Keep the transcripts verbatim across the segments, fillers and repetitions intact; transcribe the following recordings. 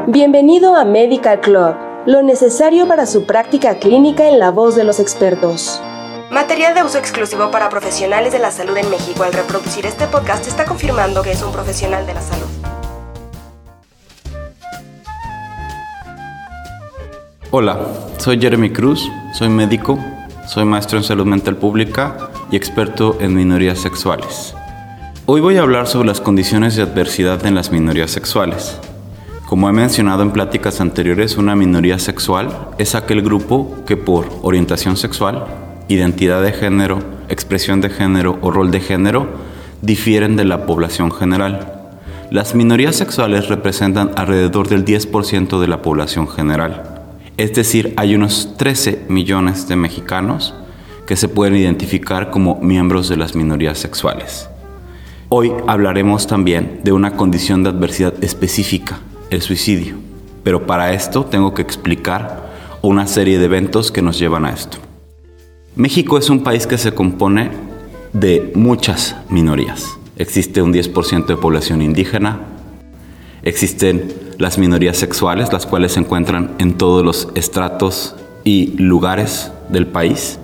Bienvenido a Medical Club, lo necesario para su práctica clínica en la voz de los expertos. Material de uso exclusivo para profesionales de la salud en México. Al reproducir este podcast está confirmando que es un profesional de la salud. Hola, soy Jeremy Cruz, soy médico, soy maestro en salud mental pública y experto en minorías sexuales. Hoy voy a hablar sobre las condiciones de adversidad en las minorías sexuales. Como he mencionado en pláticas anteriores, una minoría sexual es aquel grupo que por orientación sexual, identidad de género, expresión de género o rol de género difieren de la población general. Las minorías sexuales representan alrededor del diez por ciento de la población general. Es decir, hay unos trece millones de mexicanos que se pueden identificar como miembros de las minorías sexuales. Hoy hablaremos también de una condición de adversidad específica, el suicidio. Pero para esto tengo que explicar una serie de eventos que nos llevan a esto. México es un país que se compone de muchas minorías. Existe un diez por ciento de población indígena. Existen las minorías sexuales, las cuales se encuentran en todos los estratos y lugares del país.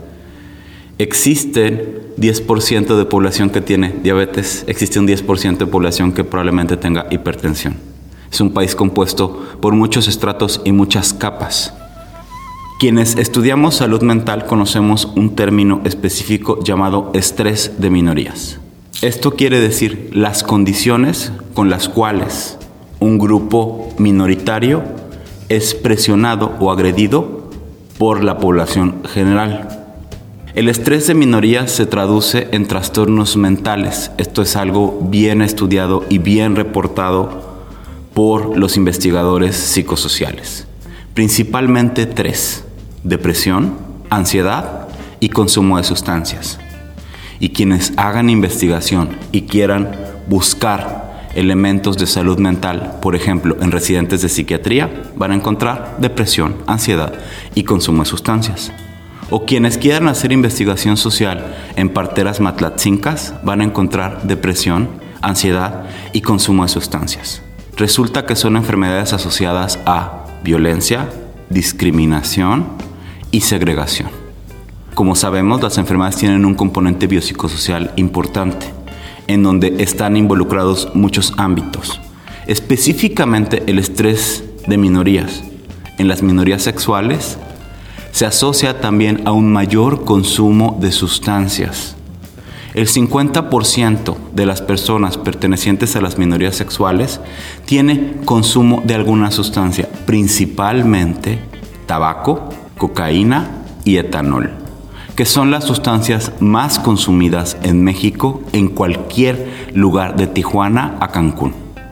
Existen diez por ciento de población que tiene diabetes. Existe un diez por ciento de población que probablemente tenga hipertensión. Es un país compuesto por muchos estratos y muchas capas. Quienes estudiamos salud mental conocemos un término específico llamado estrés de minorías. Esto quiere decir las condiciones con las cuales un grupo minoritario es presionado o agredido por la población general. El estrés de minorías se traduce en trastornos mentales. Esto es algo bien estudiado y bien reportado por los investigadores psicosociales. Principalmente tres: depresión, ansiedad y consumo de sustancias. Y quienes hagan investigación y quieran buscar elementos de salud mental, por ejemplo, en residentes de psiquiatría, van a encontrar depresión, ansiedad y consumo de sustancias. O quienes quieran hacer investigación social en parteras matlatzincas, van a encontrar depresión, ansiedad y consumo de sustancias. Resulta que son enfermedades asociadas a violencia, discriminación y segregación. Como sabemos, las enfermedades tienen un componente biopsicosocial importante, en donde están involucrados muchos ámbitos. Específicamente el estrés de minorías. En las minorías sexuales se asocia también a un mayor consumo de sustancias. El cincuenta por ciento de las personas pertenecientes a las minorías sexuales tiene consumo de alguna sustancia, principalmente tabaco, cocaína y etanol, que son las sustancias más consumidas en México en cualquier lugar de Tijuana a Cancún.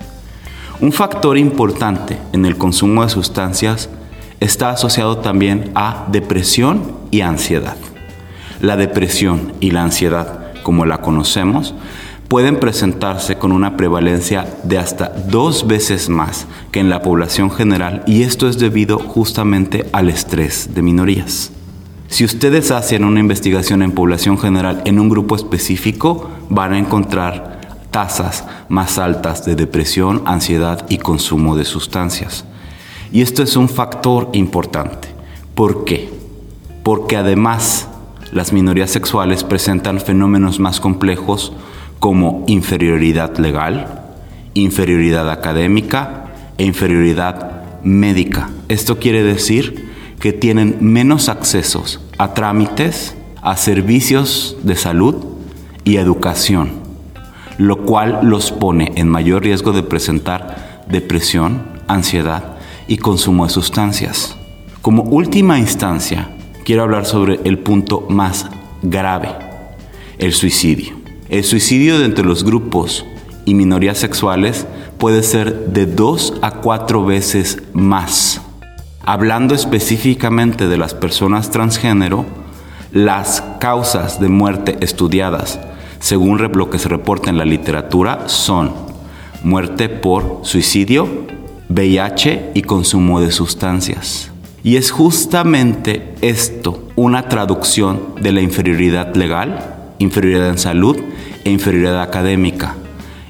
Un factor importante en el consumo de sustancias está asociado también a depresión y ansiedad. La depresión y la ansiedad, como la conocemos, pueden presentarse con una prevalencia de hasta dos veces más que en la población general, y esto es debido justamente al estrés de minorías. Si ustedes hacen una investigación en población general en un grupo específico, van a encontrar tasas más altas de depresión, ansiedad y consumo de sustancias. Y esto es un factor importante. ¿Por qué? Porque además las minorías sexuales presentan fenómenos más complejos como inferioridad legal, inferioridad académica e inferioridad médica. Esto quiere decir que tienen menos accesos a trámites, a servicios de salud y educación, lo cual los pone en mayor riesgo de presentar depresión, ansiedad y consumo de sustancias. Como última instancia, quiero hablar sobre el punto más grave, el suicidio. El suicidio de entre los grupos y minorías sexuales puede ser de dos a cuatro veces más. Hablando específicamente de las personas transgénero, las causas de muerte estudiadas, según lo que se reporta en la literatura, son muerte por suicidio, V I H y consumo de sustancias. Y es justamente esto una traducción de la inferioridad legal, inferioridad en salud e inferioridad académica.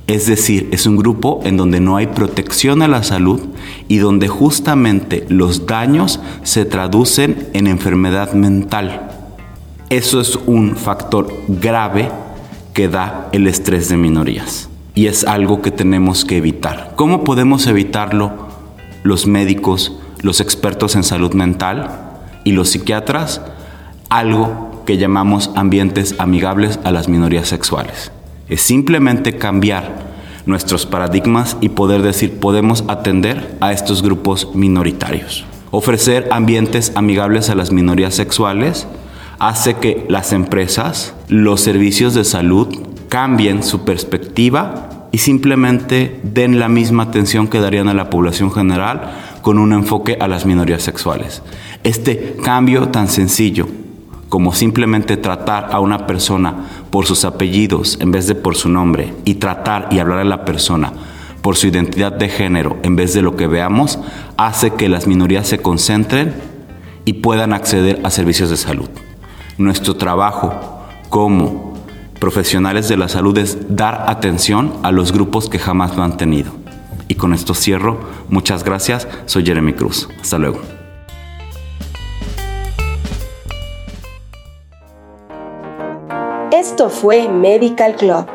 Es decir, es un grupo en donde no hay protección a la salud y donde justamente los daños se traducen en enfermedad mental. Eso es un factor grave que da el estrés de minorías y es algo que tenemos que evitar. ¿Cómo podemos evitarlo los médicos, los expertos en salud mental y los psiquiatras? Algo que llamamos ambientes amigables a las minorías sexuales. Es simplemente cambiar nuestros paradigmas y poder decir, podemos atender a estos grupos minoritarios. Ofrecer ambientes amigables a las minorías sexuales hace que las empresas, los servicios de salud cambien su perspectiva y simplemente den la misma atención que darían a la población general con un enfoque a las minorías sexuales. Este cambio tan sencillo como simplemente tratar a una persona por sus apellidos en vez de por su nombre y tratar y hablar a la persona por su identidad de género en vez de lo que veamos, hace que las minorías se concentren y puedan acceder a servicios de salud. Nuestro trabajo como profesionales de la salud es dar atención a los grupos que jamás lo han tenido. Y con esto cierro. Muchas gracias. Soy Jeremy Cruz. Hasta luego. Esto fue Medical Club.